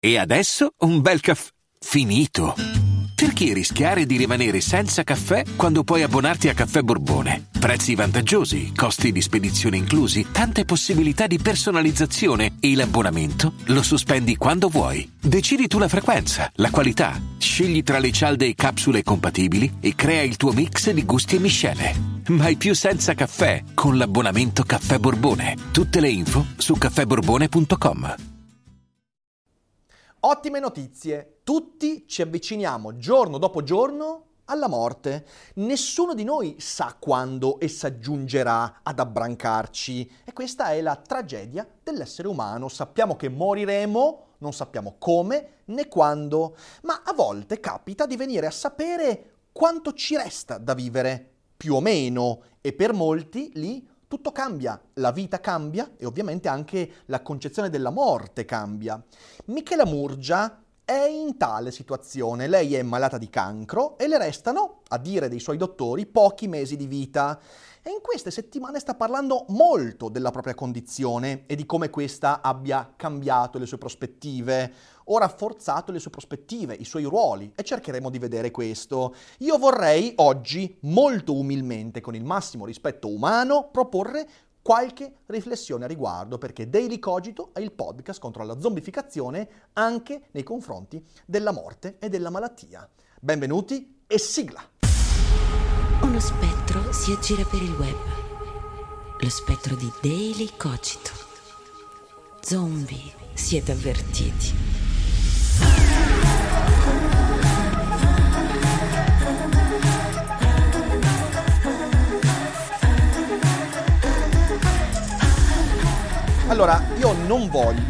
E adesso un bel caffè finito. Perché rischiare di rimanere senza caffè quando puoi abbonarti a Caffè Borbone? Prezzi vantaggiosi, costi di spedizione inclusi, tante possibilità di personalizzazione e l'abbonamento lo sospendi quando vuoi. Decidi tu la frequenza, la qualità, scegli tra le cialde e capsule compatibili e crea il tuo mix di gusti e miscele. Mai più senza caffè con l'abbonamento Caffè Borbone. Tutte le info su caffèborbone.com. Ottime notizie, tutti ci avviciniamo giorno dopo giorno alla morte. Nessuno di noi sa quando essa giungerà ad abbrancarci e questa è la tragedia dell'essere umano. Sappiamo che moriremo, non sappiamo come né quando, ma a volte capita di venire a sapere quanto ci resta da vivere, più o meno, e per molti lì tutto cambia, la vita cambia e ovviamente anche la concezione della morte cambia. Michela Murgia è in tale situazione, lei è malata di cancro e le restano, a dire dei suoi dottori, pochi mesi di vita. E in queste settimane sta parlando molto della propria condizione e di come questa abbia cambiato le sue prospettive, o rafforzato le sue prospettive, i suoi ruoli, e cercheremo di vedere questo. Io vorrei oggi, molto umilmente, con il massimo rispetto umano, proporre qualche riflessione a riguardo, perché Daily Cogito è il podcast contro la zombificazione anche nei confronti della morte e della malattia. Benvenuti e sigla! Uno spettro si aggira per il web. Lo spettro di Daily Cogito. Zombie, siete avvertiti. Allora, io non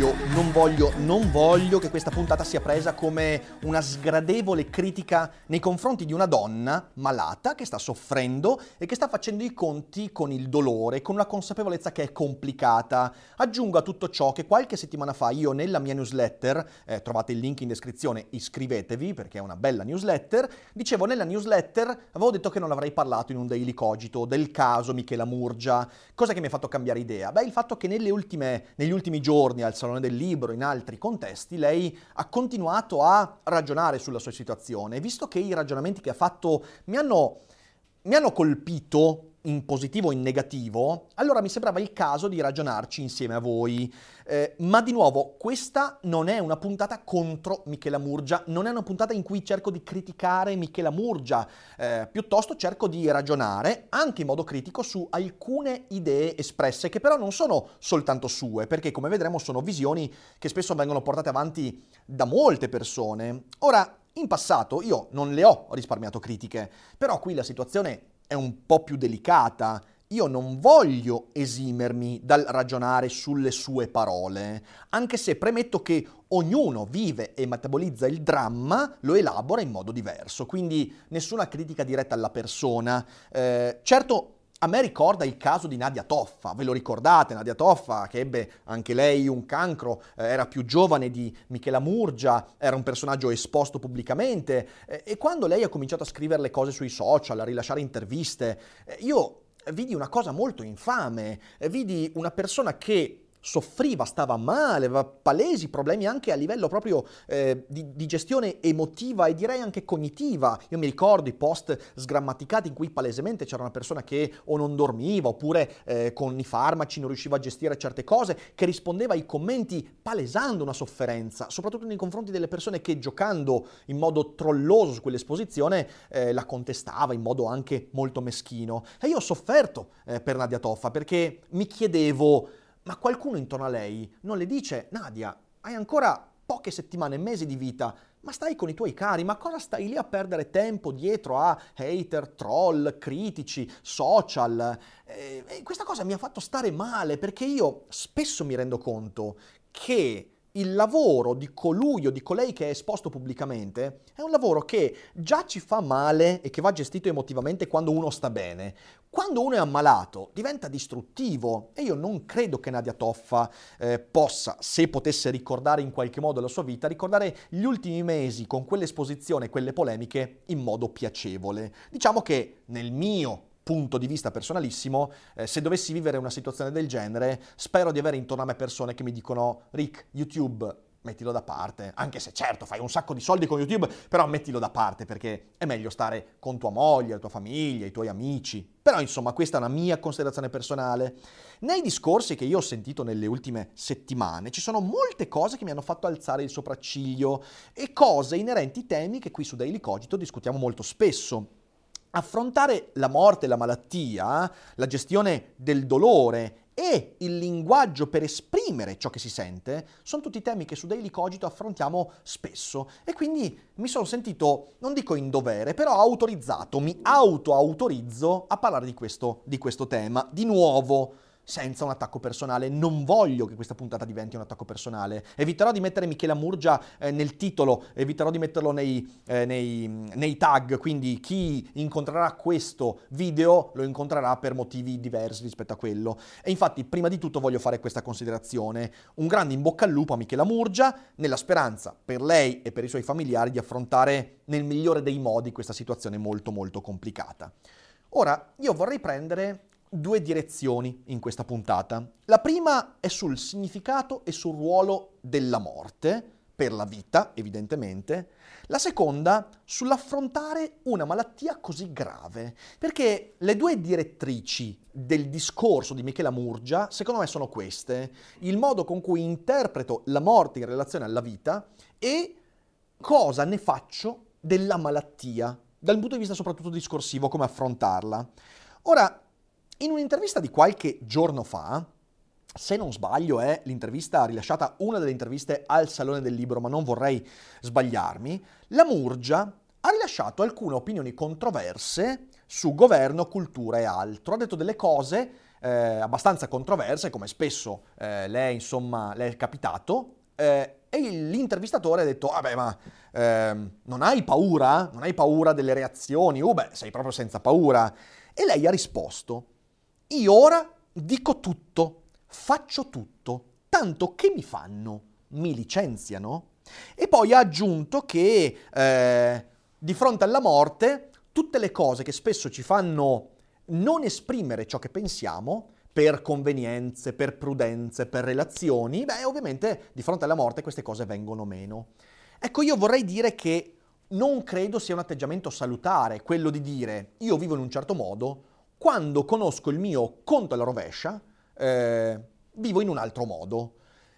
voglio che questa puntata sia presa come una sgradevole critica nei confronti di una donna malata che sta soffrendo e che sta facendo i conti con il dolore, con una consapevolezza che è complicata. Aggiungo a tutto ciò che qualche settimana fa io nella mia newsletter, trovate il link in descrizione, iscrivetevi perché è una bella newsletter, dicevo nella newsletter, avevo detto che non avrei parlato in un Daily Cogito del caso Michela Murgia. Cosa che mi ha fatto cambiare idea? Beh, il fatto che negli ultimi giorni al Salone del Libro, in altri contesti, lei ha continuato a ragionare sulla sua situazione. Visto che i ragionamenti che ha fatto mi hanno colpito in positivo o in negativo, allora mi sembrava il caso di ragionarci insieme a voi. Ma di nuovo, questa non è una puntata contro Michela Murgia, non è una puntata in cui cerco di criticare Michela Murgia, piuttosto cerco di ragionare anche in modo critico su alcune idee espresse, che però non sono soltanto sue, perché come vedremo sono visioni che spesso vengono portate avanti da molte persone. Ora, in passato io non le ho risparmiato critiche, però qui la situazione è un po' più delicata. Io non voglio esimermi dal ragionare sulle sue parole, anche se premetto che ognuno vive e metabolizza il dramma, lo elabora in modo diverso, quindi nessuna critica diretta alla persona. Certo, a me ricorda il caso di Nadia Toffa, ve lo ricordate? Nadia Toffa che ebbe anche lei un cancro, era più giovane di Michela Murgia, era un personaggio esposto pubblicamente e quando lei ha cominciato a scrivere le cose sui social, a rilasciare interviste, io vidi una cosa molto infame, vidi una persona che soffriva, stava male, aveva palesi problemi anche a livello proprio di gestione emotiva e direi anche cognitiva. Io mi ricordo i post sgrammaticati in cui palesemente c'era una persona che o non dormiva oppure con i farmaci non riusciva a gestire certe cose, che rispondeva ai commenti palesando una sofferenza, soprattutto nei confronti delle persone che giocando in modo trolloso su quell'esposizione la contestava in modo anche molto meschino. E io ho sofferto per Nadia Toffa perché mi chiedevo: ma qualcuno intorno a lei non le dice: Nadia, hai ancora poche settimane, mesi di vita, ma stai con i tuoi cari, ma cosa stai lì a perdere tempo dietro a hater, troll, critici, social? E questa cosa mi ha fatto stare male perché io spesso mi rendo conto che il lavoro di colui o di colei che è esposto pubblicamente è un lavoro che già ci fa male e che va gestito emotivamente quando uno sta bene. Quando uno è ammalato diventa distruttivo e io non credo che Nadia Toffa possa, se potesse ricordare in qualche modo la sua vita, ricordare gli ultimi mesi con quell'esposizione, quelle polemiche in modo piacevole. Diciamo che nel mio punto di vista personalissimo, se dovessi vivere una situazione del genere, spero di avere intorno a me persone che mi dicono: Rick, YouTube mettilo da parte, anche se certo fai un sacco di soldi con YouTube, però mettilo da parte perché è meglio stare con tua moglie, la tua famiglia, i tuoi amici. Però insomma questa è una mia considerazione personale. Nei discorsi che io ho sentito nelle ultime settimane ci sono molte cose che mi hanno fatto alzare il sopracciglio e cose inerenti temi che qui su Daily Cogito discutiamo molto spesso. Affrontare la morte, la malattia, la gestione del dolore e il linguaggio per esprimere ciò che si sente sono tutti temi che su Daily Cogito affrontiamo spesso e quindi mi sono sentito, non dico in dovere, però autorizzato, mi autorizzo a parlare di questo tema, di nuovo, senza un attacco personale. Non voglio che questa puntata diventi un attacco personale. Eviterò di mettere Michela Murgia nel titolo, eviterò di metterlo nei tag, quindi chi incontrerà questo video lo incontrerà per motivi diversi rispetto a quello. E infatti, prima di tutto voglio fare questa considerazione. Un grande in bocca al lupo a Michela Murgia, nella speranza per lei e per i suoi familiari di affrontare nel migliore dei modi questa situazione molto molto complicata. Ora, io vorrei prendere due direzioni in questa puntata. La prima è sul significato e sul ruolo della morte, per la vita, evidentemente. La seconda sull'affrontare una malattia così grave, perché le due direttrici del discorso di Michela Murgia, secondo me, sono queste: il modo con cui interpreto la morte in relazione alla vita e cosa ne faccio della malattia, dal punto di vista soprattutto discorsivo, come affrontarla. Ora, in un'intervista di qualche giorno fa, se non sbaglio è l'intervista rilasciata, una delle interviste al Salone del Libro, ma non vorrei sbagliarmi, la Murgia ha rilasciato alcune opinioni controverse su governo, cultura e altro. Ha detto delle cose abbastanza controverse, come spesso le è capitato, e l'intervistatore ha detto: vabbè, ma non hai paura? Non hai paura delle reazioni? Beh, sei proprio senza paura. E lei ha risposto: io ora dico tutto, faccio tutto, tanto che mi fanno? Mi licenziano? E poi ha aggiunto che di fronte alla morte tutte le cose che spesso ci fanno non esprimere ciò che pensiamo, per convenienze, per prudenze, per relazioni, beh, ovviamente di fronte alla morte queste cose vengono meno. Ecco, io vorrei dire che non credo sia un atteggiamento salutare quello di dire io vivo in un certo modo, quando conosco il mio conto alla rovescia, vivo in un altro modo.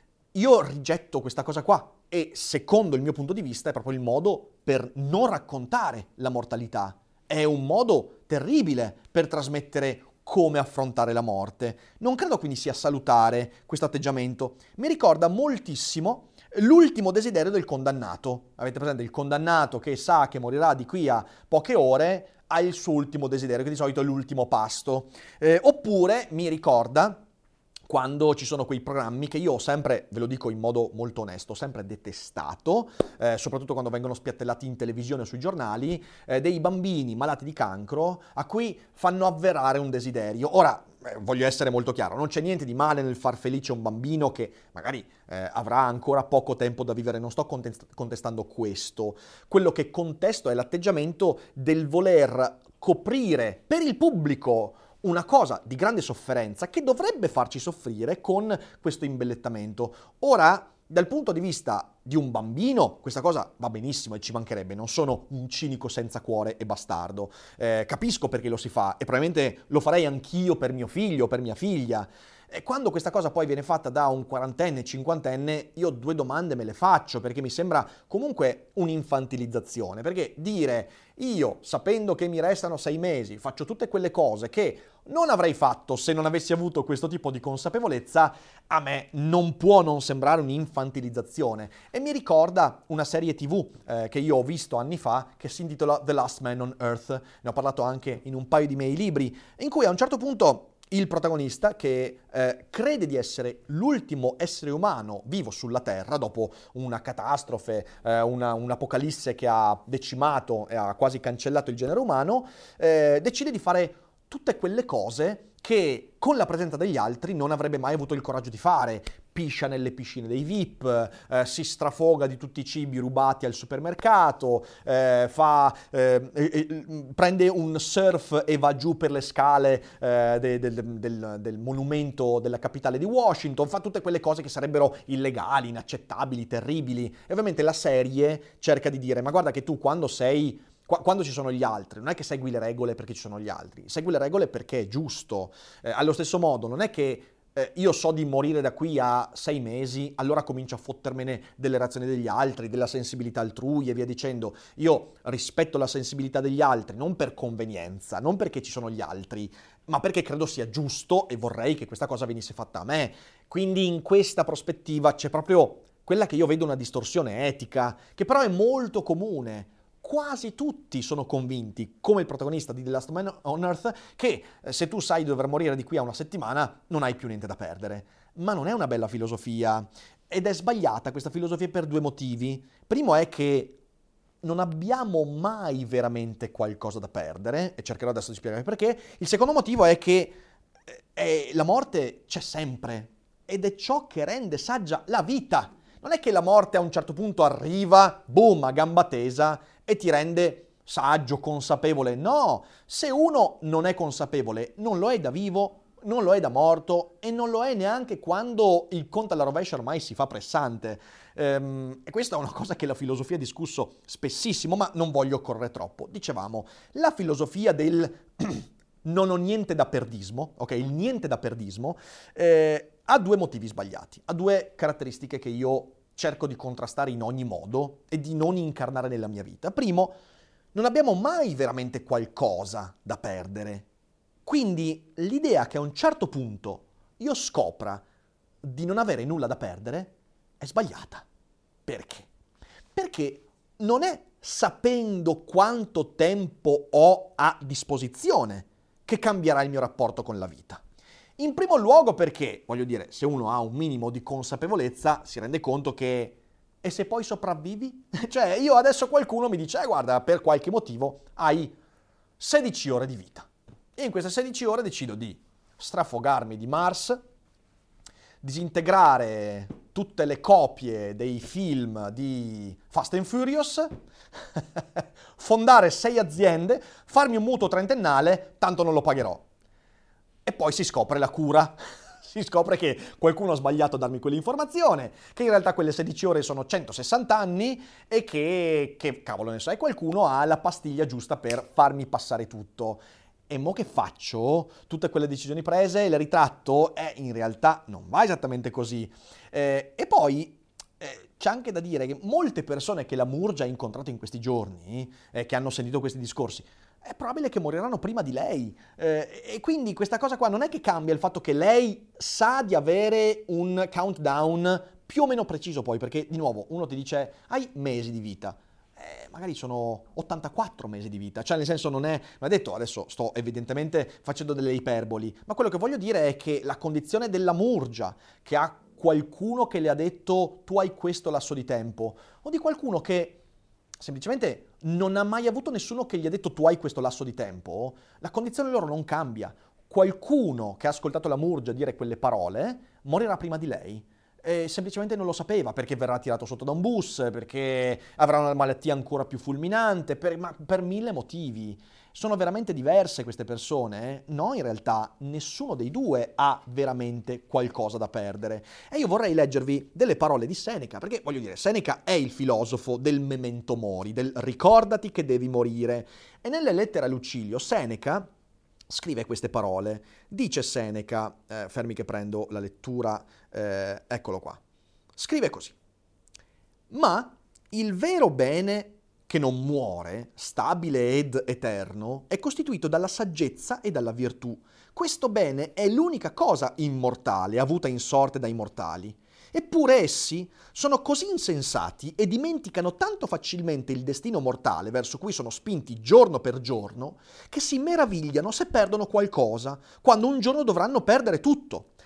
Io rigetto questa cosa qua e secondo il mio punto di vista è proprio il modo per non raccontare la mortalità. È un modo terribile per trasmettere come affrontare la morte. Non credo quindi sia salutare questo atteggiamento. Mi ricorda moltissimo l'ultimo desiderio del condannato. Avete presente il condannato che sa che morirà di qui a poche ore, ha il suo ultimo desiderio, che di solito è l'ultimo pasto. Oppure mi ricorda quando ci sono quei programmi che io ho sempre, ve lo dico in modo molto onesto, ho sempre detestato, soprattutto quando vengono spiattellati in televisione o sui giornali, dei bambini malati di cancro a cui fanno avverare un desiderio. Ora, voglio essere molto chiaro, non c'è niente di male nel far felice un bambino che magari avrà ancora poco tempo da vivere, non sto contestando questo. Quello che contesto è l'atteggiamento del voler coprire per il pubblico una cosa di grande sofferenza che dovrebbe farci soffrire con questo imbellettamento. Ora, dal punto di vista di un bambino, questa cosa va benissimo e ci mancherebbe, non sono un cinico senza cuore e bastardo. Capisco perché lo si fa e probabilmente lo farei anch'io per mio figlio o per mia figlia. E quando questa cosa poi viene fatta da un quarantenne, cinquantenne, io due domande me le faccio, perché mi sembra comunque un'infantilizzazione. Perché dire io, sapendo che mi restano 6 mesi, faccio tutte quelle cose che non avrei fatto se non avessi avuto questo tipo di consapevolezza, a me non può non sembrare un'infantilizzazione. E mi ricorda una serie TV che io ho visto anni fa, che si intitola The Last Man on Earth. Ne ho parlato anche in un paio di miei libri, in cui a un certo punto il protagonista, che crede di essere l'ultimo essere umano vivo sulla Terra dopo una catastrofe, un'apocalisse che ha decimato e ha quasi cancellato il genere umano, decide di fare tutte quelle cose che con la presenza degli altri non avrebbe mai avuto il coraggio di fare. Piscia nelle piscine dei VIP, si strafoga di tutti i cibi rubati al supermercato, prende un surf e va giù per le scale del monumento della capitale di Washington, fa tutte quelle cose che sarebbero illegali, inaccettabili, terribili. E ovviamente la serie cerca di dire, ma guarda che tu quando ci sono gli altri, non è che segui le regole perché ci sono gli altri, segui le regole perché è giusto. Allo stesso modo, non è che io so di morire da qui a 6 mesi, allora comincio a fottermene delle reazioni degli altri, della sensibilità altrui e via dicendo. Io rispetto la sensibilità degli altri, non per convenienza, non perché ci sono gli altri, ma perché credo sia giusto e vorrei che questa cosa venisse fatta a me. Quindi in questa prospettiva c'è proprio quella che io vedo una distorsione etica, che però è molto comune. Quasi tutti sono convinti, come il protagonista di The Last Man on Earth, che se tu sai di dover morire di qui a una settimana non hai più niente da perdere. Ma non è una bella filosofia, ed è sbagliata questa filosofia per 2 motivi. Primo è che non abbiamo mai veramente qualcosa da perdere, e cercherò adesso di spiegare perché. Il secondo motivo è che la morte c'è sempre, ed è ciò che rende saggia la vita. Non è che la morte a un certo punto arriva, boom, a gamba tesa, e ti rende saggio, consapevole. No, se uno non è consapevole, non lo è da vivo, non lo è da morto e non lo è neanche quando il conto alla rovescia ormai si fa pressante. E questa è una cosa che la filosofia ha discusso spessissimo, ma non voglio correre troppo. Dicevamo, la filosofia del non ho niente da perdismo, ok, il niente da perdismo, ha 2 motivi sbagliati, ha 2 caratteristiche che io cerco di contrastare in ogni modo e di non incarnare nella mia vita. Primo, non abbiamo mai veramente qualcosa da perdere. Quindi l'idea che a un certo punto io scopra di non avere nulla da perdere è sbagliata. Perché? Perché non è sapendo quanto tempo ho a disposizione che cambierà il mio rapporto con la vita. In primo luogo perché, voglio dire, se uno ha un minimo di consapevolezza si rende conto che e se poi sopravvivi? Cioè, io adesso qualcuno mi dice, guarda, per qualche motivo hai 16 ore di vita. E in queste 16 ore decido di strafogarmi di Mars, disintegrare tutte le copie dei film di Fast and Furious, fondare 6 aziende, farmi un mutuo trentennale, tanto non lo pagherò. E poi si scopre la cura. Si scopre che qualcuno ha sbagliato a darmi quell'informazione, che in realtà quelle 16 ore sono 160 anni e che cavolo ne sai, qualcuno ha la pastiglia giusta per farmi passare tutto. E mo che faccio? Tutte quelle decisioni prese, le ritratto? In realtà non va esattamente così. E poi c'è anche da dire che molte persone che la Murgia ha incontrato in questi giorni, che hanno sentito questi discorsi, è probabile che moriranno prima di lei. E quindi questa cosa qua non è che cambia il fatto che lei sa di avere un countdown più o meno preciso poi, perché di nuovo uno ti dice hai mesi di vita. Magari sono 84 mesi di vita, cioè nel senso non è detto, adesso sto evidentemente facendo delle iperboli, ma quello che voglio dire è che la condizione della Murgia, che ha qualcuno che le ha detto tu hai questo lasso di tempo, o di qualcuno che semplicemente non ha mai avuto nessuno che gli ha detto tu hai questo lasso di tempo, la condizione loro non cambia. Qualcuno che ha ascoltato la Murgia dire quelle parole morirà prima di lei. E semplicemente non lo sapeva, perché verrà tirato sotto da un bus, perché avrà una malattia ancora più fulminante, ma per 1000 motivi. Sono veramente diverse queste persone. No, in realtà nessuno dei due ha veramente qualcosa da perdere. E io vorrei leggervi delle parole di Seneca, perché voglio dire, Seneca è il filosofo del memento mori, del ricordati che devi morire. E nelle lettere a Lucilio, Seneca scrive queste parole. Dice Seneca, fermi che prendo la lettura, eccolo qua. Scrive così: ma il vero bene che non muore, stabile ed eterno, è costituito dalla saggezza e dalla virtù. Questo bene è l'unica cosa immortale avuta in sorte dai mortali. Eppure essi sono così insensati e dimenticano tanto facilmente il destino mortale verso cui sono spinti giorno per giorno, che si meravigliano se perdono qualcosa, quando un giorno dovranno perdere tutto.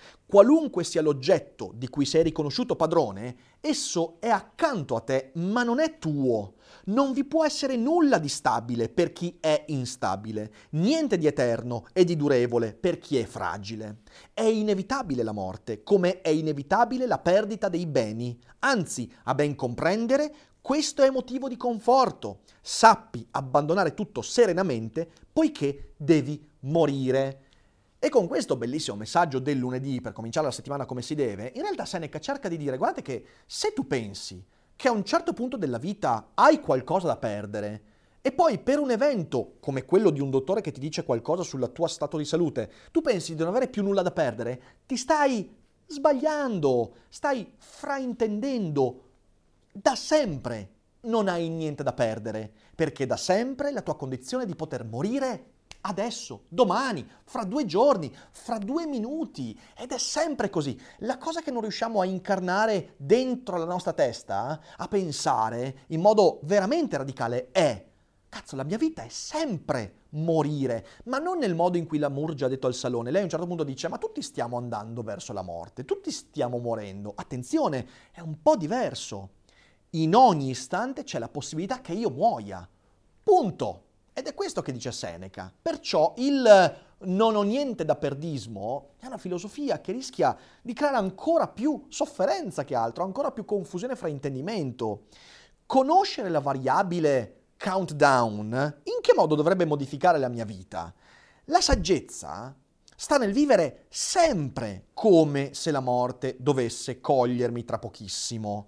Qualunque sia l'oggetto di cui sei riconosciuto padrone, esso è accanto a te, ma non è tuo. Non vi può essere nulla di stabile per chi è instabile, niente di eterno e di durevole per chi è fragile. È inevitabile la morte, come è inevitabile la perdita dei beni. Anzi, a ben comprendere, questo è motivo di conforto. Sappi abbandonare tutto serenamente, poiché devi morire. E con questo bellissimo messaggio del lunedì, per cominciare la settimana come si deve, in realtà Seneca cerca di dire, guardate che se tu pensi che a un certo punto della vita hai qualcosa da perdere, e poi per un evento come quello di un dottore che ti dice qualcosa sul tuo stato di salute, tu pensi di non avere più nulla da perdere, ti stai sbagliando, stai fraintendendo. Da sempre non hai niente da perdere, perché da sempre la tua condizione è di poter morire adesso, domani, fra 2 giorni, fra 2 minuti, ed è sempre così. La cosa che non riusciamo a incarnare dentro la nostra testa, a pensare in modo veramente radicale è: cazzo, la mia vita è sempre morire, ma non nel modo in cui la Murgia ha detto al salone. Lei a un certo punto dice: ma tutti stiamo andando verso la morte, tutti stiamo morendo. Attenzione, è un po' diverso. In ogni istante c'è la possibilità che io muoia. Punto. Ed è questo che dice Seneca. Perciò il non ho niente da perdismo è una filosofia che rischia di creare ancora più sofferenza che altro, ancora più confusione e fraintendimento. Conoscere la variabile countdown, in che modo dovrebbe modificare la mia vita? La saggezza sta nel vivere sempre come se la morte dovesse cogliermi tra pochissimo.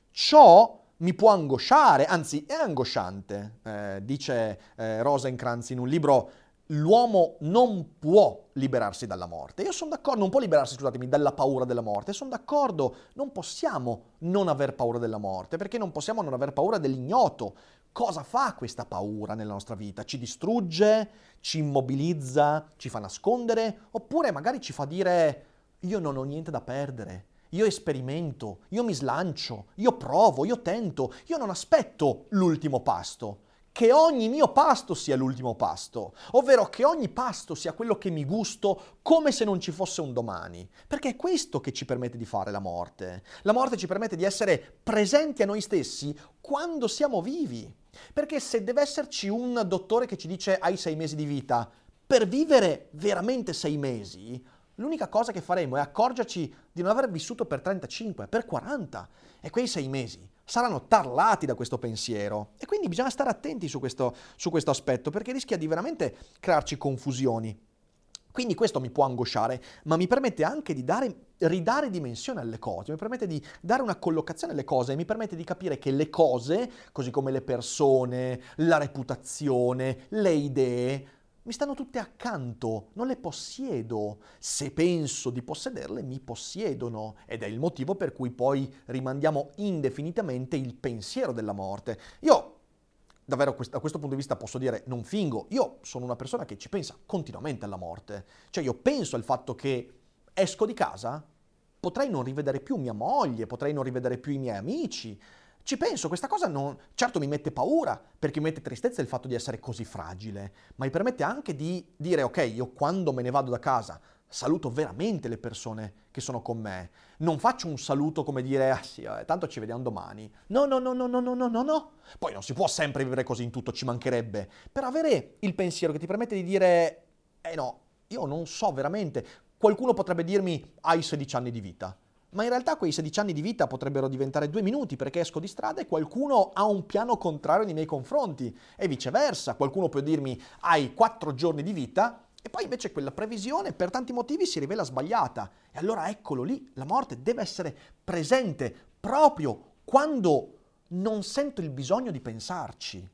Ciò mi può angosciare, anzi è angosciante, dice Rosenkranz in un libro: l'uomo non può liberarsi dalla morte. Io sono d'accordo, non può liberarsi, scusatemi, dalla paura della morte. Sono d'accordo, non possiamo non aver paura della morte, perché non possiamo non aver paura dell'ignoto. Cosa fa questa paura nella nostra vita? Ci distrugge, ci immobilizza, ci fa nascondere, oppure magari ci fa dire: io non ho niente da perdere. Io esperimento, io mi slancio, io provo, io tento, io non aspetto l'ultimo pasto. Che ogni mio pasto sia l'ultimo pasto, ovvero che ogni pasto sia quello che mi gusto come se non ci fosse un domani. Perché è questo che ci permette di fare la morte. La morte ci permette di essere presenti a noi stessi quando siamo vivi. Perché se deve esserci un dottore che ci dice hai 6 mesi di vita, per vivere veramente 6 mesi, l'unica cosa che faremo è accorgerci di non aver vissuto per 35, per 40, e quei 6 mesi saranno tarlati da questo pensiero. E quindi bisogna stare attenti su questo aspetto, perché rischia di veramente crearci confusioni. Quindi questo mi può angosciare, ma mi permette anche di ridare dimensione alle cose, mi permette di dare una collocazione alle cose, mi permette di capire che le cose, così come le persone, la reputazione, le idee, mi stanno tutte accanto, non le possiedo. Se penso di possederle, mi possiedono. Ed è il motivo per cui poi rimandiamo indefinitamente il pensiero della morte. Io, davvero, da questo punto di vista posso dire, non fingo, io sono una persona che ci pensa continuamente alla morte. Cioè io penso al fatto che esco di casa, potrei non rivedere più mia moglie, potrei non rivedere più i miei amici. Ci penso, questa cosa non, certo mi mette paura, perché mi mette tristezza il fatto di essere così fragile, ma mi permette anche di dire: ok, io quando me ne vado da casa saluto veramente le persone che sono con me. Non faccio un saluto come dire: ah sì, tanto ci vediamo domani. No. Poi non si può sempre vivere così in tutto, ci mancherebbe. Però avere il pensiero che ti permette di dire: no, io non so veramente. Qualcuno potrebbe dirmi: hai 16 anni di vita. Ma in realtà quei 16 anni di vita potrebbero diventare 2 minuti, perché esco di strada e qualcuno ha un piano contrario nei miei confronti, e viceversa. Qualcuno può dirmi: hai 4 giorni di vita, e poi invece quella previsione per tanti motivi si rivela sbagliata. E allora eccolo lì, la morte deve essere presente proprio quando non sento il bisogno di pensarci.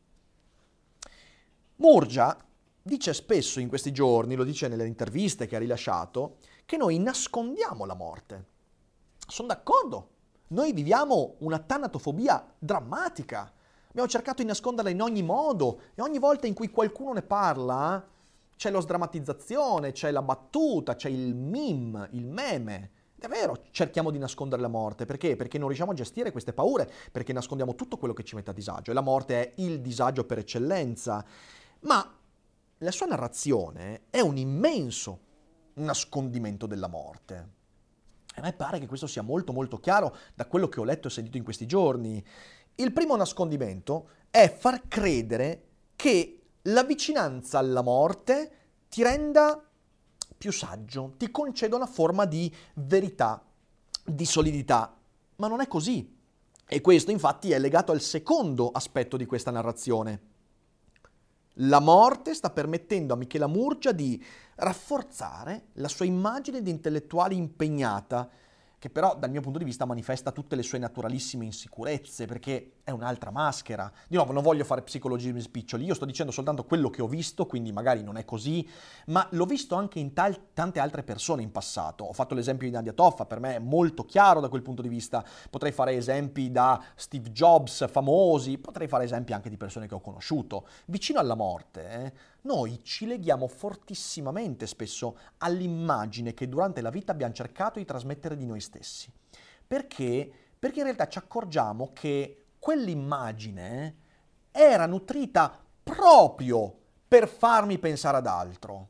Murgia dice spesso in questi giorni, lo dice nelle interviste che ha rilasciato, che noi nascondiamo la morte. Sono d'accordo, noi viviamo una tanatofobia drammatica, abbiamo cercato di nasconderla in ogni modo, e ogni volta in cui qualcuno ne parla c'è la sdrammatizzazione, c'è la battuta, c'è il meme, il meme. È vero, cerchiamo di nascondere la morte, perché? Perché non riusciamo a gestire queste paure, perché nascondiamo tutto quello che ci mette a disagio, e la morte è il disagio per eccellenza. Ma la sua narrazione è un immenso nascondimento della morte. E a me pare che questo sia molto molto chiaro da quello che ho letto e sentito in questi giorni. Il primo nascondimento è far credere che la vicinanza alla morte ti renda più saggio, ti conceda una forma di verità, di solidità, ma non è così. E questo infatti è legato al secondo aspetto di questa narrazione. La morte sta permettendo a Michela Murgia di rafforzare la sua immagine di intellettuale impegnata, che però dal mio punto di vista manifesta tutte le sue naturalissime insicurezze, perché è un'altra maschera. Di nuovo, non voglio fare psicologismi spiccioli, io sto dicendo soltanto quello che ho visto, quindi magari non è così, ma l'ho visto anche in tante altre persone in passato. Ho fatto l'esempio di Nadia Toffa, per me è molto chiaro da quel punto di vista. Potrei fare esempi da Steve Jobs, famosi, potrei fare esempi anche di persone che ho conosciuto. Vicino alla morte, noi ci leghiamo fortissimamente spesso all'immagine che durante la vita abbiamo cercato di trasmettere di noi stessi. Perché? Perché in realtà ci accorgiamo che quell'immagine era nutrita proprio per farmi pensare ad altro.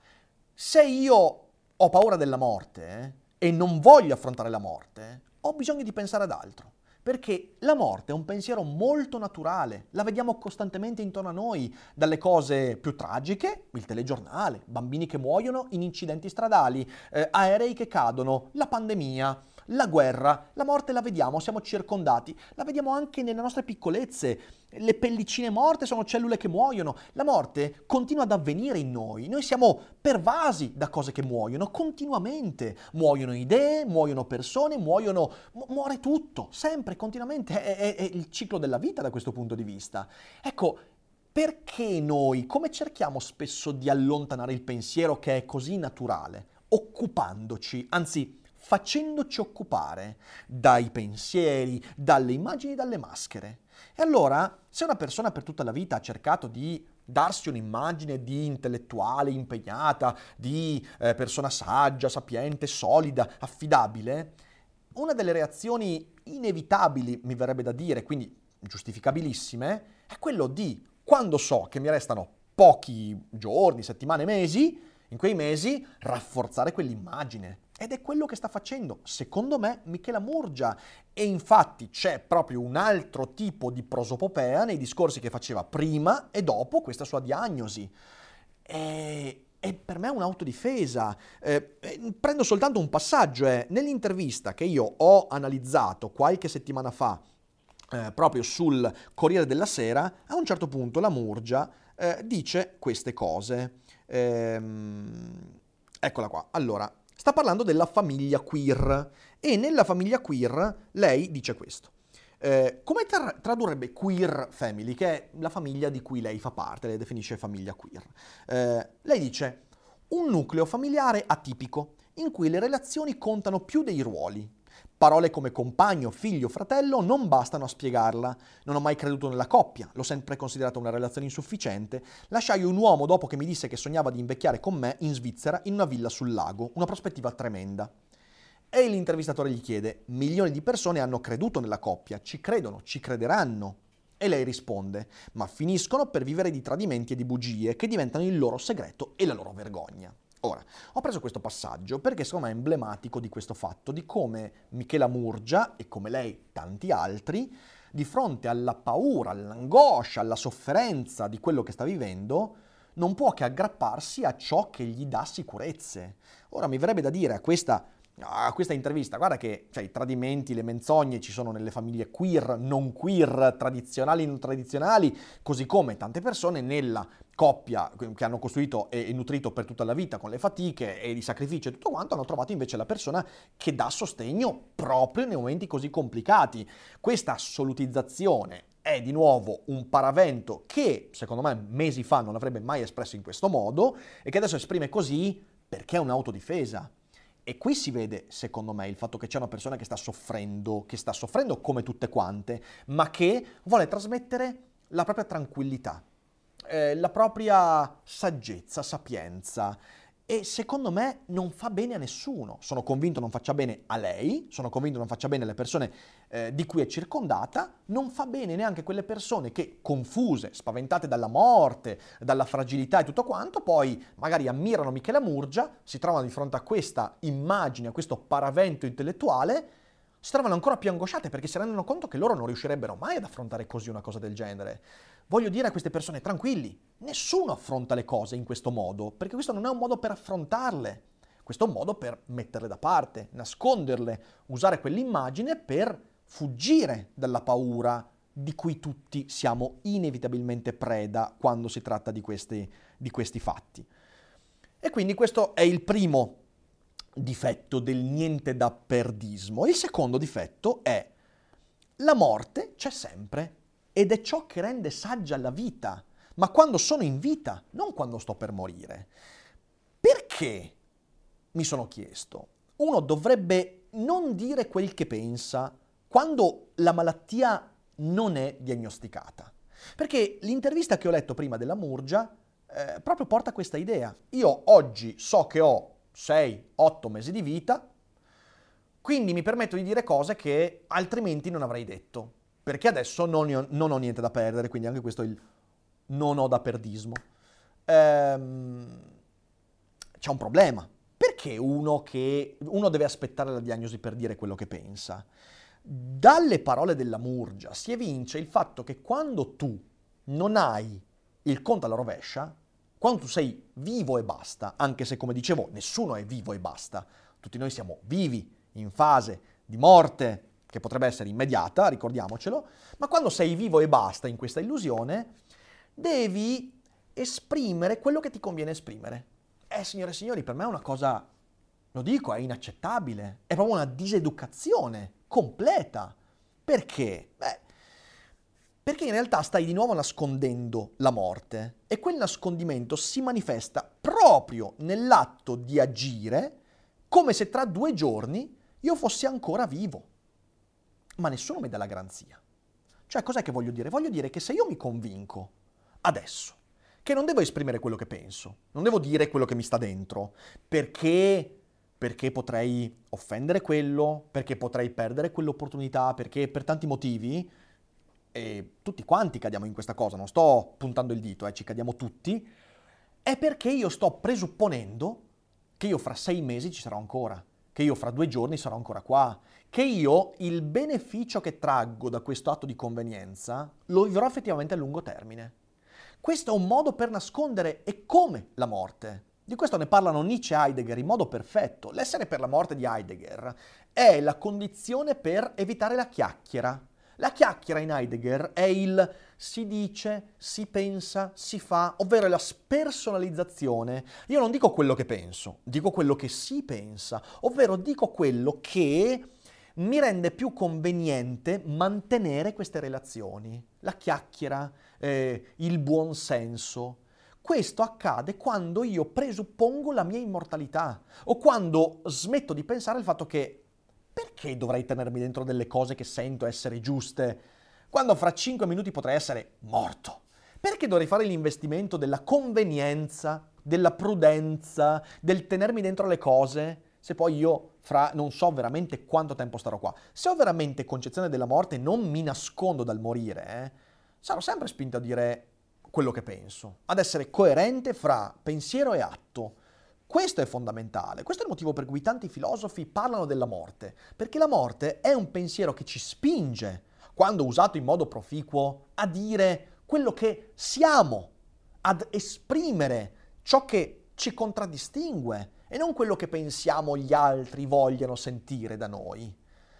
Se io ho paura della morte e non voglio affrontare la morte, ho bisogno di pensare ad altro. Perché la morte è un pensiero molto naturale, la vediamo costantemente intorno a noi, dalle cose più tragiche, il telegiornale, bambini che muoiono in incidenti stradali, aerei che cadono, la pandemia, la guerra, la morte la vediamo, siamo circondati, la vediamo anche nelle nostre piccolezze, le pellicine morte sono cellule che muoiono, la morte continua ad avvenire in noi siamo pervasi da cose che muoiono continuamente, muoiono idee, muoiono persone, muore tutto, sempre, continuamente, è il ciclo della vita da questo punto di vista. Ecco, perché noi, come cerchiamo spesso di allontanare il pensiero che è così naturale, occupandoci, anzi facendoci occupare dai pensieri, dalle immagini, dalle maschere. E allora, se una persona per tutta la vita ha cercato di darsi un'immagine di intellettuale impegnata, di persona saggia, sapiente, solida, affidabile, una delle reazioni inevitabili, mi verrebbe da dire, quindi giustificabilissime, è quello di, quando so che mi restano pochi giorni, settimane, mesi, in quei mesi rafforzare quell'immagine. Ed è quello che sta facendo, secondo me, Michela Murgia. E infatti c'è proprio un altro tipo di prosopopea nei discorsi che faceva prima e dopo questa sua diagnosi. E per me è un'autodifesa. Prendo soltanto un passaggio. Nell'intervista che io ho analizzato qualche settimana fa, proprio sul Corriere della Sera, a un certo punto la Murgia dice queste cose. Eccola qua. Allora, sta parlando della famiglia queer e nella famiglia queer lei dice questo. Come tradurrebbe queer family, che è la famiglia di cui lei fa parte, lei definisce famiglia queer. Lei dice un nucleo familiare atipico in cui le relazioni contano più dei ruoli. Parole come compagno, figlio, fratello non bastano a spiegarla. Non ho mai creduto nella coppia, l'ho sempre considerata una relazione insufficiente. Lasciai un uomo dopo che mi disse che sognava di invecchiare con me in Svizzera in una villa sul lago, una prospettiva tremenda. E l'intervistatore gli chiede: milioni di persone hanno creduto nella coppia, ci credono, ci crederanno. E lei risponde: ma finiscono per vivere di tradimenti e di bugie che diventano il loro segreto e la loro vergogna. Ora, ho preso questo passaggio perché secondo me è emblematico di questo fatto, di come Michela Murgia, e come lei tanti altri, di fronte alla paura, all'angoscia, alla sofferenza di quello che sta vivendo, non può che aggrapparsi a ciò che gli dà sicurezze. Ora mi verrebbe da dire a questa intervista, guarda che i tradimenti, le menzogne ci sono nelle famiglie queer, non queer, tradizionali, non tradizionali, così come tante persone nella coppia che hanno costruito e nutrito per tutta la vita con le fatiche e i sacrifici e tutto quanto, hanno trovato invece la persona che dà sostegno proprio nei momenti così complicati. Questa assolutizzazione è di nuovo un paravento che, secondo me, mesi fa non avrebbe mai espresso in questo modo e che adesso esprime così perché è un'autodifesa. E qui si vede, secondo me, il fatto che c'è una persona che sta soffrendo come tutte quante, ma che vuole trasmettere la propria tranquillità, la propria saggezza, sapienza. E secondo me non fa bene a nessuno. Sono convinto non faccia bene a lei, sono convinto non faccia bene alle persone di cui è circondata, non fa bene neanche a quelle persone che, confuse, spaventate dalla morte, dalla fragilità e tutto quanto, poi magari ammirano Michela Murgia, si trovano di fronte a questa immagine, a questo paravento intellettuale, si trovano ancora più angosciate perché si rendono conto che loro non riuscirebbero mai ad affrontare così una cosa del genere. Voglio dire a queste persone, tranquilli, nessuno affronta le cose in questo modo, perché questo non è un modo per affrontarle, questo è un modo per metterle da parte, nasconderle, usare quell'immagine per fuggire dalla paura di cui tutti siamo inevitabilmente preda quando si tratta di questi fatti. E quindi questo è il primo difetto del niente da perdismo. Il secondo difetto è la morte c'è sempre ed è ciò che rende saggia la vita, ma quando sono in vita, non quando sto per morire. Perché, mi sono chiesto, uno dovrebbe non dire quel che pensa quando la malattia non è diagnosticata? Perché l'intervista che ho letto prima della Murgia proprio porta a questa idea. Io oggi so che ho 6-8 mesi di vita, quindi mi permetto di dire cose che altrimenti non avrei detto, perché adesso non ho niente da perdere, quindi anche questo è il non ho da perdismo. C'è un problema. Perché uno deve aspettare la diagnosi per dire quello che pensa? Dalle parole della Murgia si evince il fatto che quando tu non hai il conto alla rovescia, quando tu sei vivo e basta, anche se come dicevo nessuno è vivo e basta, tutti noi siamo vivi in fase di morte che potrebbe essere immediata, ricordiamocelo, ma quando sei vivo e basta in questa illusione, devi esprimere quello che ti conviene esprimere. Signore e signori, per me è una cosa, lo dico, è inaccettabile, è proprio una diseducazione completa. Perché? Perché in realtà stai di nuovo nascondendo la morte e quel nascondimento si manifesta proprio nell'atto di agire come se tra 2 giorni io fossi ancora vivo. Ma nessuno mi dà la garanzia. Cioè, cos'è che voglio dire? Voglio dire che se io mi convinco adesso che non devo esprimere quello che penso, non devo dire quello che mi sta dentro, perché potrei offendere quello, perché potrei perdere quell'opportunità, perché per tanti motivi, e tutti quanti cadiamo in questa cosa, non sto puntando il dito, ci cadiamo tutti, è perché io sto presupponendo che io fra 6 mesi ci sarò ancora, che io fra 2 giorni sarò ancora qua, che io il beneficio che traggo da questo atto di convenienza lo vivrò effettivamente a lungo termine. Questo è un modo per nascondere e come la morte. Di questo ne parlano Nietzsche e Heidegger in modo perfetto. L'essere per la morte di Heidegger è la condizione per evitare la chiacchiera. La chiacchiera in Heidegger è il si dice, si pensa, si fa, ovvero è la spersonalizzazione. Io non dico quello che penso, dico quello che si pensa, ovvero dico quello che mi rende più conveniente mantenere queste relazioni. La chiacchiera, il buon senso. Questo accade quando io presuppongo la mia immortalità o quando smetto di pensare al fatto che perché dovrei tenermi dentro delle cose che sento essere giuste quando fra 5 minuti potrei essere morto? Perché dovrei fare l'investimento della convenienza, della prudenza, del tenermi dentro le cose se poi io fra non so veramente quanto tempo starò qua? Se ho veramente concezione della morte e non mi nascondo dal morire, sarò sempre spinto a dire quello che penso, ad essere coerente fra pensiero e atto. Questo è fondamentale, questo è il motivo per cui tanti filosofi parlano della morte, perché la morte è un pensiero che ci spinge, quando usato in modo proficuo, a dire quello che siamo, ad esprimere ciò che ci contraddistingue e non quello che pensiamo gli altri vogliano sentire da noi.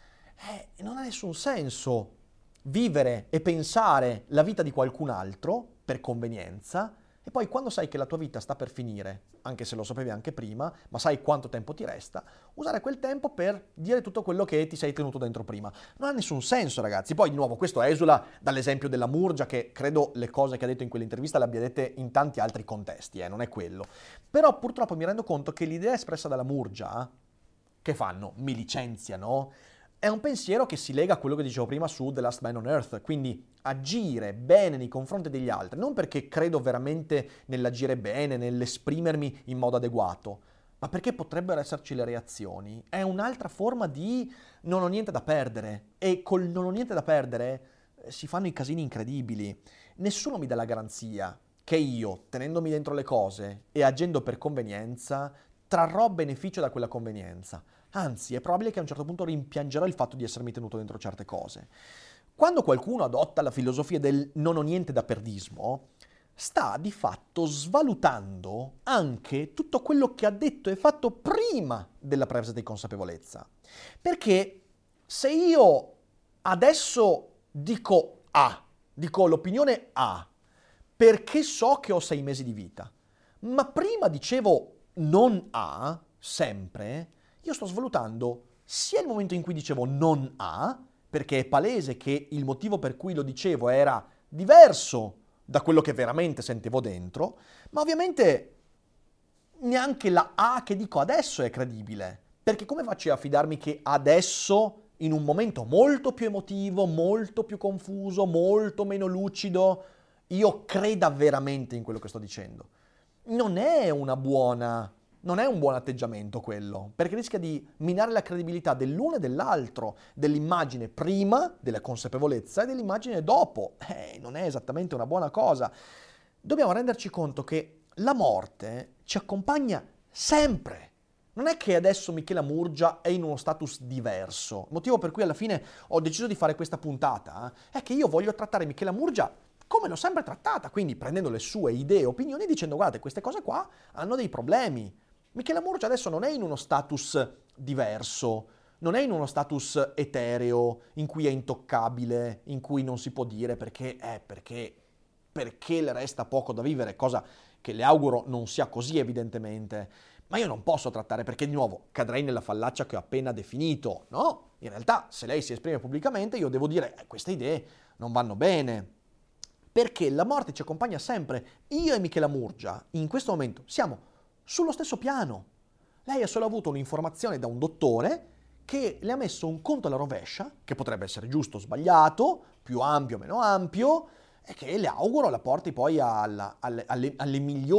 Non ha nessun senso vivere e pensare la vita di qualcun altro per convenienza e poi quando sai che la tua vita sta per finire, anche se lo sapevi anche prima, ma sai quanto tempo ti resta, usare quel tempo per dire tutto quello che ti sei tenuto dentro prima. Non ha nessun senso, ragazzi. Poi di nuovo questo esula dall'esempio della Murgia, che credo le cose che ha detto in quell'intervista le abbia dette in tanti altri contesti, non è quello. Però purtroppo mi rendo conto che l'idea espressa dalla Murgia, che fanno? Mi licenziano? è un pensiero che si lega a quello che dicevo prima su The Last Man on Earth, quindi agire bene nei confronti degli altri, non perché credo veramente nell'agire bene, nell'esprimermi in modo adeguato, ma perché potrebbero esserci le reazioni. È un'altra forma di non ho niente da perdere, e col non ho niente da perdere si fanno i casini incredibili. Nessuno mi dà la garanzia che io, tenendomi dentro le cose e agendo per convenienza, trarrò beneficio da quella convenienza. Anzi, è probabile che a un certo punto rimpiangerò il fatto di essermi tenuto dentro certe cose. Quando qualcuno adotta la filosofia del non ho niente da perdismo, sta di fatto svalutando anche tutto quello che ha detto e fatto prima della presa di consapevolezza. Perché se io adesso dico A, dico l'opinione A, perché so che ho 6 mesi di vita, ma prima dicevo non A, sempre, io sto svalutando sia il momento in cui dicevo non A, perché è palese che il motivo per cui lo dicevo era diverso da quello che veramente sentivo dentro, ma ovviamente neanche la A che dico adesso è credibile, perché come faccio a fidarmi che adesso, in un momento molto più emotivo, molto più confuso, molto meno lucido, io creda veramente in quello che sto dicendo? Non è un buon atteggiamento quello, perché rischia di minare la credibilità dell'uno e dell'altro, dell'immagine prima della consapevolezza e dell'immagine dopo. Non è esattamente una buona cosa. Dobbiamo renderci conto che la morte ci accompagna sempre. Non è che adesso Michela Murgia è in uno status diverso. Il motivo per cui alla fine ho deciso di fare questa puntata è che io voglio trattare Michela Murgia come l'ho sempre trattata, quindi prendendo le sue idee e opinioni e dicendo guardate, queste cose qua hanno dei problemi. Michela Murgia adesso non è in uno status diverso, non è in uno status etereo, in cui è intoccabile, in cui non si può dire perché le resta poco da vivere, cosa che le auguro non sia così evidentemente. Ma io non posso trattare perché di nuovo cadrei nella fallacia che ho appena definito, no? In realtà se lei si esprime pubblicamente io devo dire queste idee non vanno bene. Perché la morte ci accompagna sempre. Io e Michela Murgia in questo momento siamo sullo stesso piano. Lei ha solo avuto un'informazione da un dottore che le ha messo un conto alla rovescia, che potrebbe essere giusto o sbagliato, più ampio o meno ampio, e che le auguro la porti poi ai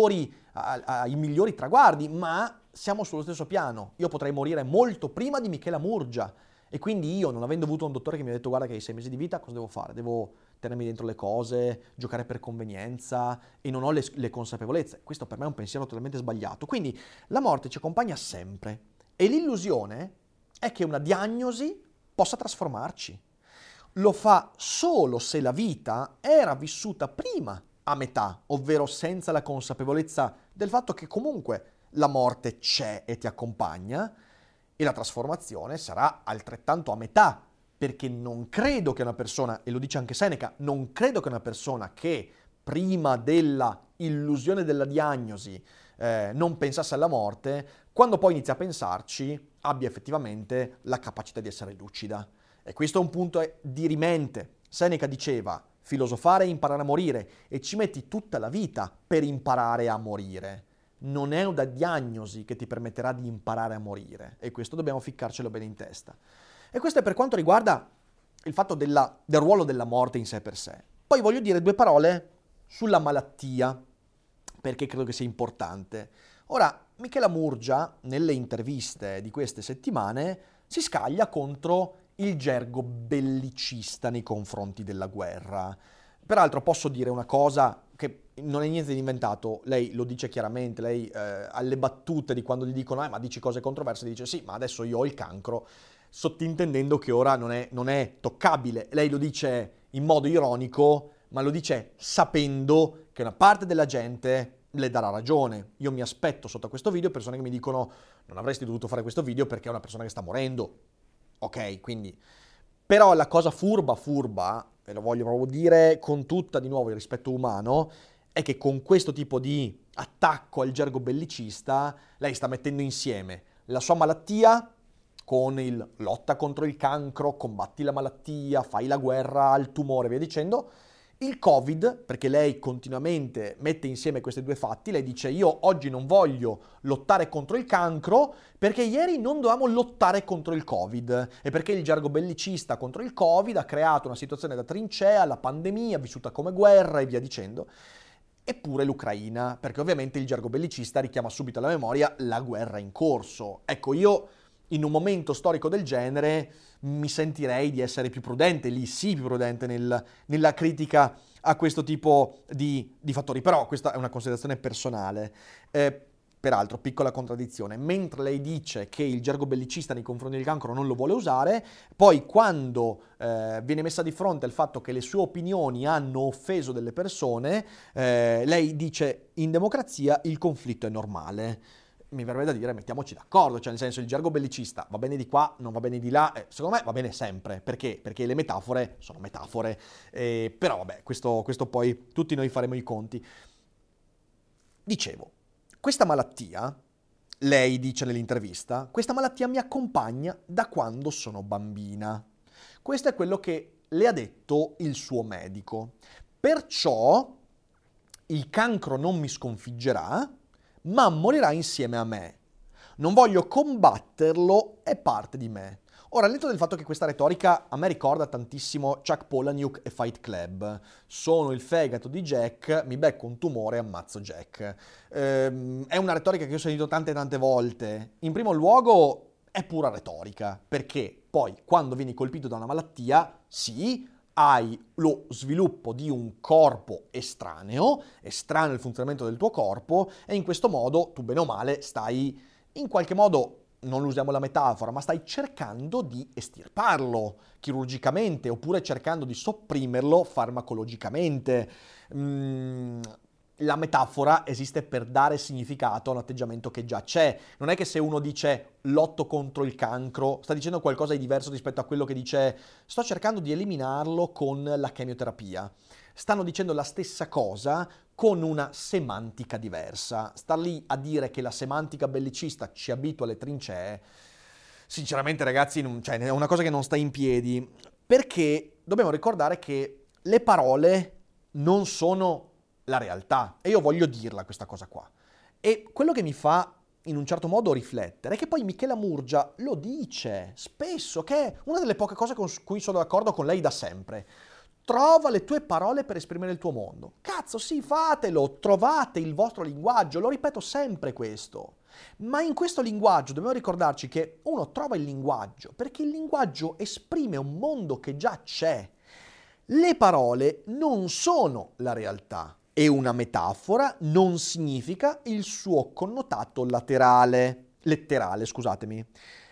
migliori traguardi, ma siamo sullo stesso piano. Io potrei morire molto prima di Michela Murgia, e quindi io, non avendo avuto un dottore che mi ha detto guarda che hai 6 mesi di vita, cosa devo fare? Devo tenermi dentro le cose, giocare per convenienza e non ho le consapevolezze. Questo per me è un pensiero totalmente sbagliato. Quindi la morte ci accompagna sempre e l'illusione è che una diagnosi possa trasformarci. Lo fa solo se la vita era vissuta prima a metà, ovvero senza la consapevolezza del fatto che comunque la morte c'è e ti accompagna, e la trasformazione sarà altrettanto a metà, perché non credo che una persona, e lo dice anche Seneca, non credo che una persona che prima della illusione della diagnosi non pensasse alla morte, quando poi inizia a pensarci, abbia effettivamente la capacità di essere lucida. E questo è un punto dirimente. Seneca diceva, filosofare è imparare a morire, e ci metti tutta la vita per imparare a morire. Non è una diagnosi che ti permetterà di imparare a morire, e questo dobbiamo ficcarcelo bene in testa. E questo è per quanto riguarda il fatto del ruolo della morte in sé per sé. Poi voglio dire 2 parole sulla malattia, perché credo che sia importante. Ora, Michela Murgia, nelle interviste di queste settimane, si scaglia contro il gergo bellicista nei confronti della guerra. Peraltro posso dire una cosa che non è niente di inventato, lei lo dice chiaramente, lei alle battute di quando gli dicono ma dici cose controverse, dice sì, ma adesso io ho il cancro, sottintendendo che ora non è toccabile. Lei lo dice in modo ironico, ma lo dice sapendo che una parte della gente le darà ragione. Io mi aspetto sotto a questo video persone che mi dicono non avresti dovuto fare questo video perché è una persona che sta morendo. Ok, quindi... Però la cosa furba, e lo voglio proprio dire con tutta di nuovo il rispetto umano, è che con questo tipo di attacco al gergo bellicista lei sta mettendo insieme la sua malattia con il lotta contro il cancro, combatti la malattia, fai la guerra al tumore, via dicendo, Il Covid, perché lei continuamente mette insieme questi due fatti, lei dice io oggi non voglio lottare contro il cancro perché ieri non dovevamo lottare contro il Covid e perché il gergo bellicista contro il Covid ha creato una situazione da trincea, la pandemia vissuta come guerra e via dicendo. Eppure l'Ucraina, perché ovviamente il gergo bellicista richiama subito alla memoria la guerra in corso. Ecco, io in un momento storico del genere mi sentirei di essere più prudente, lì sì più prudente nella critica a questo tipo di fattori, però questa è una considerazione personale. Peraltro, piccola contraddizione, mentre lei dice che il gergo bellicista nei confronti del cancro non lo vuole usare, poi quando viene messa di fronte al fatto che le sue opinioni hanno offeso delle persone, lei dice in democrazia il conflitto è normale. Mi verrebbe da dire mettiamoci d'accordo, cioè nel senso il gergo bellicista va bene di qua, non va bene di là, secondo me va bene sempre, perché? Perché le metafore sono metafore, però vabbè, questo poi tutti noi faremo i conti. Dicevo, questa malattia, lei dice nell'intervista, questa malattia mi accompagna da quando sono bambina. Questo è quello che le ha detto il suo medico. Perciò il cancro non mi sconfiggerà, ma morirà insieme a me. Non voglio combatterlo, è parte di me. Ora, al netto del fatto che questa retorica a me ricorda tantissimo Chuck Palahniuk e Fight Club. Sono il fegato di Jack, mi becco un tumore e ammazzo Jack. È una retorica che ho sentito tante volte. In primo luogo è pura retorica, perché poi quando vieni colpito da una malattia, sì, hai lo sviluppo di un corpo estraneo al funzionamento del tuo corpo, e in questo modo tu bene o male stai in qualche modo, non usiamo la metafora, ma stai cercando di estirparlo chirurgicamente oppure cercando di sopprimerlo farmacologicamente. La metafora esiste per dare significato a un atteggiamento che già c'è. Non è che se uno dice lotto contro il cancro, sta dicendo qualcosa di diverso rispetto a quello che dice sto cercando di eliminarlo con la chemioterapia. Stanno dicendo la stessa cosa con una semantica diversa. Star lì a dire che la semantica bellicista ci abitua alle trincee, sinceramente ragazzi, è una cosa che non sta in piedi, perché dobbiamo ricordare che le parole non sono la realtà, e io voglio dirla questa cosa qua. E quello che mi fa in un certo modo riflettere è che poi Michela Murgia lo dice spesso, che è una delle poche cose con cui sono d'accordo con lei da sempre. Trova le tue parole per esprimere il tuo mondo. Cazzo, sì, fatelo, trovate il vostro linguaggio, lo ripeto sempre questo. Ma in questo linguaggio dobbiamo ricordarci che uno trova il linguaggio perché il linguaggio esprime un mondo che già c'è. Le parole non sono la realtà e una metafora non significa il suo connotato letterale, scusatemi.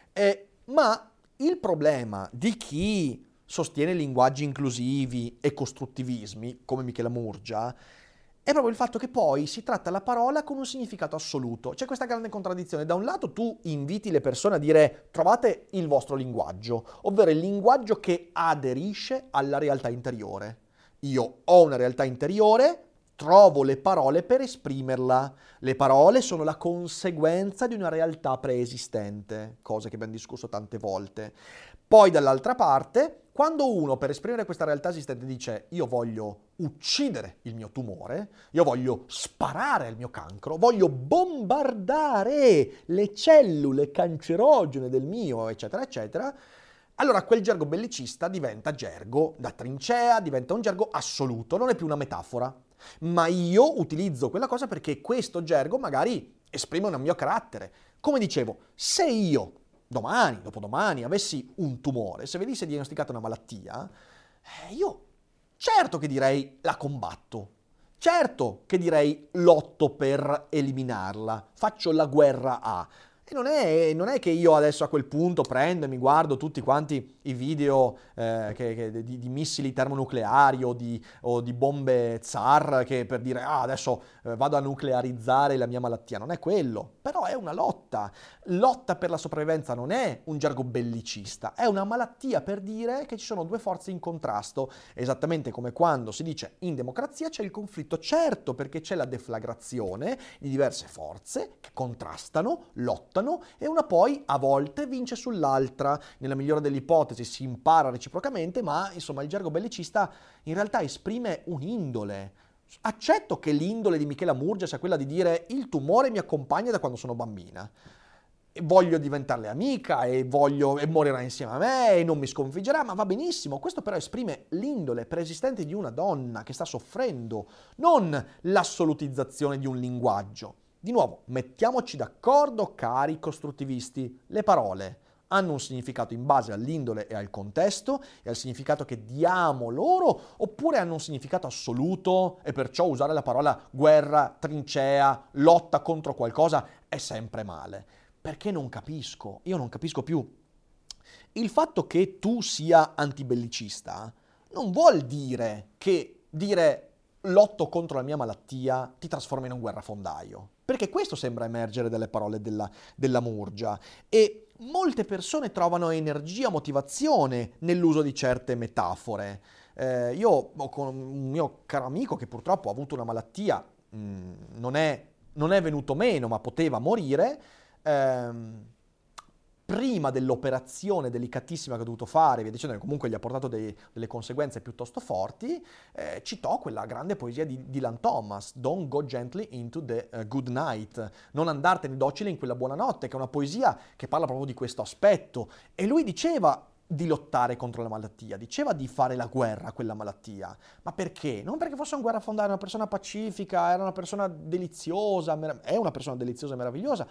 Ma il problema di chi sostiene linguaggi inclusivi e costruttivismi, come Michela Murgia, è proprio il fatto che poi si tratta la parola con un significato assoluto. C'è questa grande contraddizione. Da un lato tu inviti le persone a dire trovate il vostro linguaggio, ovvero il linguaggio che aderisce alla realtà interiore. Io ho una realtà interiore, trovo le parole per esprimerla. Le parole sono la conseguenza di una realtà preesistente, cose che abbiamo discusso tante volte. Poi dall'altra parte, quando uno per esprimere questa realtà esistente dice io voglio uccidere il mio tumore, io voglio sparare al mio cancro, voglio bombardare le cellule cancerogene del mio, eccetera, eccetera, allora quel gergo bellicista diventa gergo da trincea, diventa un gergo assoluto, non è più una metafora. Ma io utilizzo quella cosa perché questo gergo magari esprime un mio carattere. Come dicevo, se io domani, dopodomani, avessi un tumore, se venisse diagnosticata una malattia, io certo che direi la combatto, certo che direi lotto per eliminarla, faccio la guerra a... E non è che io adesso a quel punto prendo e mi guardo tutti quanti i video di missili termonucleari o di bombe zar che per dire adesso vado a nuclearizzare la mia malattia. Non è quello, però è una lotta. Lotta per la sopravvivenza non è un gergo bellicista, è una malattia per dire che ci sono due forze in contrasto, esattamente come quando si dice in democrazia c'è il conflitto, certo, perché c'è la deflagrazione di diverse forze che contrastano, lottano lottano e una poi a volte vince sull'altra. Nella migliore delle ipotesi si impara reciprocamente, ma insomma il gergo bellicista in realtà esprime un'indole. Accetto che l'indole di Michela Murgia sia quella di dire il tumore mi accompagna da quando sono bambina. E voglio diventarle amica e morirà insieme a me e non mi sconfiggerà, ma va benissimo. Questo però esprime l'indole preesistente di una donna che sta soffrendo, non l'assolutizzazione di un linguaggio. Di nuovo, mettiamoci d'accordo, cari costruttivisti, le parole hanno un significato in base all'indole e al contesto e al significato che diamo loro, oppure hanno un significato assoluto e perciò usare la parola guerra, trincea, lotta contro qualcosa è sempre male. Perché non capisco? Io non capisco più. Il fatto che tu sia antibellicista non vuol dire che dire lotto contro la mia malattia ti trasforma in un guerrafondaio. Perché questo sembra emergere dalle parole della Murgia. E molte persone trovano energia, motivazione nell'uso di certe metafore. Io ho con un mio caro amico che purtroppo ha avuto una malattia, non è venuto meno, ma poteva morire. Prima dell'operazione delicatissima che ha dovuto fare, via dicendo, che comunque gli ha portato delle conseguenze piuttosto forti, citò quella grande poesia di Dylan Thomas, Don't go gently into the good night, non andartene docile in quella buona notte, che è una poesia che parla proprio di questo aspetto. E lui diceva di lottare contro la malattia, diceva di fare la guerra a quella malattia. Ma perché? Non perché fosse un guerrafondaio, una persona pacifica, era una persona deliziosa, è una persona deliziosa e meravigliosa,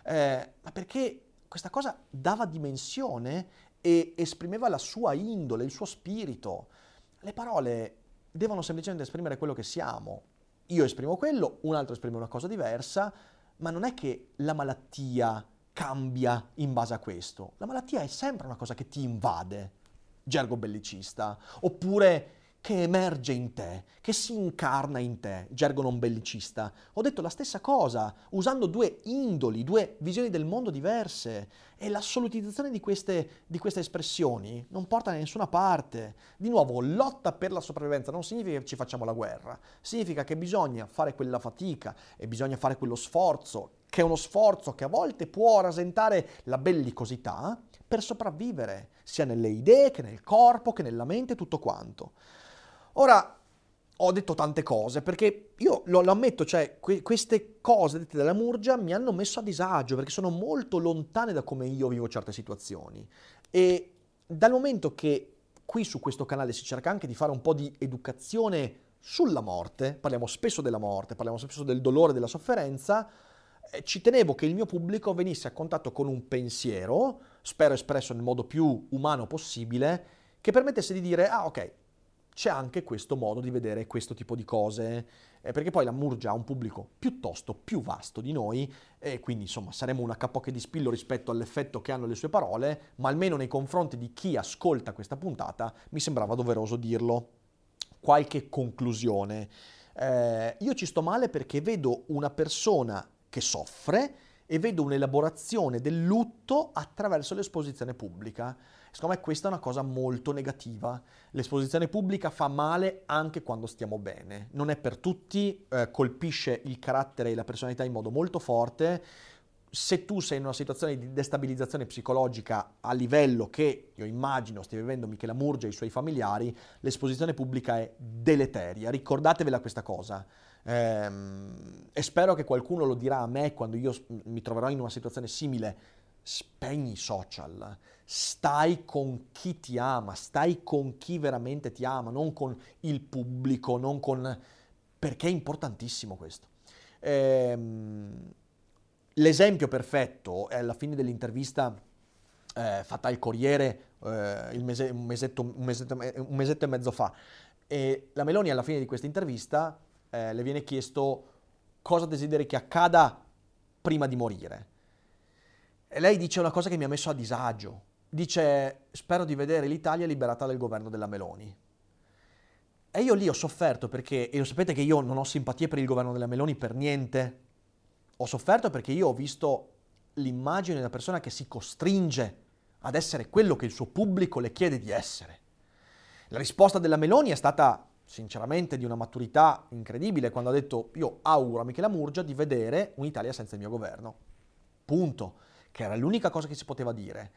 ma perché questa cosa dava dimensione e esprimeva la sua indole, il suo spirito. Le parole devono semplicemente esprimere quello che siamo. Io esprimo quello, un altro esprime una cosa diversa, ma non è che la malattia cambia in base a questo. La malattia è sempre una cosa che ti invade, gergo bellicista, oppure che emerge in te, che si incarna in te, gergo non bellicista. Ho detto la stessa cosa, usando due indoli, due visioni del mondo diverse, e l'assolutizzazione di queste espressioni non porta da nessuna parte. Di nuovo, lotta per la sopravvivenza non significa che ci facciamo la guerra, significa che bisogna fare quella fatica e bisogna fare quello sforzo, che è uno sforzo che a volte può rasentare la bellicosità per sopravvivere, sia nelle idee che nel corpo, che nella mente, tutto quanto. Ora, ho detto tante cose, perché io lo ammetto, cioè queste cose dette dalla Murgia mi hanno messo a disagio, perché sono molto lontane da come io vivo certe situazioni. E dal momento che qui su questo canale si cerca anche di fare un po' di educazione sulla morte, parliamo spesso della morte, parliamo spesso del dolore, della sofferenza, ci tenevo che il mio pubblico venisse a contatto con un pensiero, spero espresso nel modo più umano possibile, che permettesse di dire, ah ok, c'è anche questo modo di vedere questo tipo di cose, perché poi la Murgia ha un pubblico piuttosto più vasto di noi, e quindi insomma saremo una capocchia di spillo rispetto all'effetto che hanno le sue parole, ma almeno nei confronti di chi ascolta questa puntata mi sembrava doveroso dirlo. Qualche conclusione. Io ci sto male perché vedo una persona che soffre e vedo un'elaborazione del lutto attraverso l'esposizione pubblica. Secondo me questa è una cosa molto negativa. L'esposizione pubblica fa male anche quando stiamo bene. Non è per tutti, colpisce il carattere e la personalità in modo molto forte. Se tu sei in una situazione di destabilizzazione psicologica a livello che io immagino stia vivendo Michela Murgia e i suoi familiari, l'esposizione pubblica è deleteria. Ricordatevela questa cosa. E spero che qualcuno lo dirà a me quando io mi troverò in una situazione simile. Spegni i social, stai con chi ti ama, stai con chi veramente ti ama, non con il pubblico, non con... perché è importantissimo questo. L'esempio perfetto è alla fine dell'intervista fatta al Corriere un mesetto e mezzo fa, e la Meloni alla fine di questa intervista le viene chiesto cosa desideri che accada prima di morire. E lei dice una cosa che mi ha messo a disagio. Dice, spero di vedere l'Italia liberata dal governo della Meloni. E io lì ho sofferto perché, e lo sapete che io non ho simpatie per il governo della Meloni per niente, ho sofferto perché io ho visto l'immagine di una persona che si costringe ad essere quello che il suo pubblico le chiede di essere. La risposta della Meloni è stata sinceramente di una maturità incredibile quando ha detto io auguro a Michela Murgia di vedere un'Italia senza il mio governo. Punto. che era l'unica cosa che si poteva dire.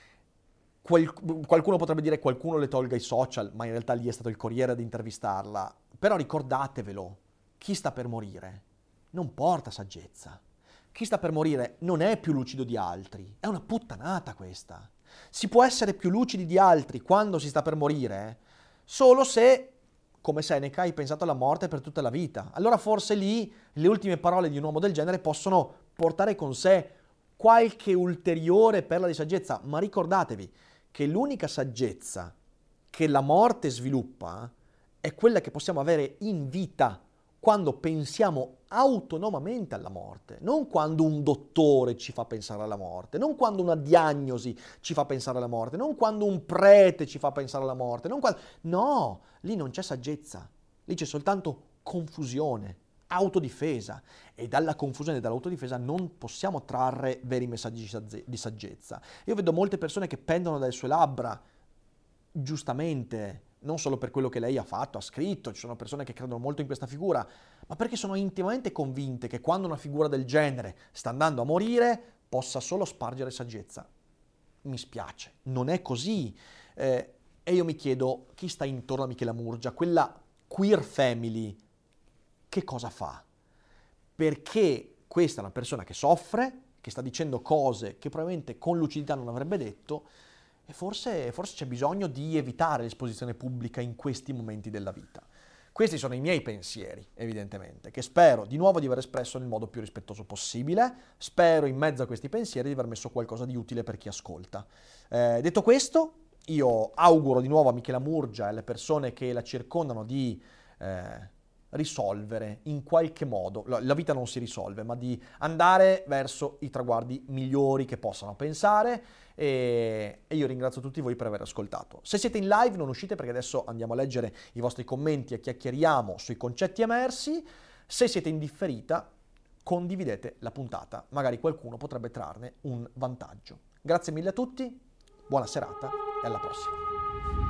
Qualcuno potrebbe dire qualcuno le tolga i social, ma in realtà lì è stato il Corriere ad intervistarla. Però ricordatevelo, chi sta per morire non porta saggezza. Chi sta per morire non è più lucido di altri. È una puttanata questa. Si può essere più lucidi di altri quando si sta per morire solo se, come Seneca, hai pensato alla morte per tutta la vita. Allora forse lì le ultime parole di un uomo del genere possono portare con sé qualche ulteriore perla di saggezza, ma ricordatevi che l'unica saggezza che la morte sviluppa è quella che possiamo avere in vita, quando pensiamo autonomamente alla morte, non quando un dottore ci fa pensare alla morte, non quando una diagnosi ci fa pensare alla morte, non quando un prete ci fa pensare alla morte, no, lì non c'è saggezza, lì c'è soltanto confusione, autodifesa, e dalla confusione e dall'autodifesa non possiamo trarre veri messaggi di saggezza. Io vedo molte persone che pendono dalle sue labbra, giustamente, non solo per quello che lei ha fatto, ha scritto, ci sono persone che credono molto in questa figura, ma perché sono intimamente convinte che quando una figura del genere sta andando a morire possa solo spargere saggezza. Mi spiace, non è così. E io mi chiedo, chi sta intorno a Michela Murgia, quella queer family, che cosa fa? Perché questa è una persona che soffre, che sta dicendo cose che probabilmente con lucidità non avrebbe detto, e forse c'è bisogno di evitare l'esposizione pubblica in questi momenti della vita. Questi sono i miei pensieri, evidentemente, che spero di nuovo di aver espresso nel modo più rispettoso possibile. Spero in mezzo a questi pensieri di aver messo qualcosa di utile per chi ascolta. Detto questo, io auguro di nuovo a Michela Murgia e alle persone che la circondano di risolvere in qualche modo, la vita non si risolve, ma di andare verso i traguardi migliori che possano pensare, e io ringrazio tutti voi per aver ascoltato. Se siete in live non uscite, perché adesso andiamo a leggere i vostri commenti e chiacchieriamo sui concetti emersi. Se siete in differita, condividete la puntata, magari qualcuno potrebbe trarne un vantaggio. Grazie mille a tutti, buona serata e alla prossima.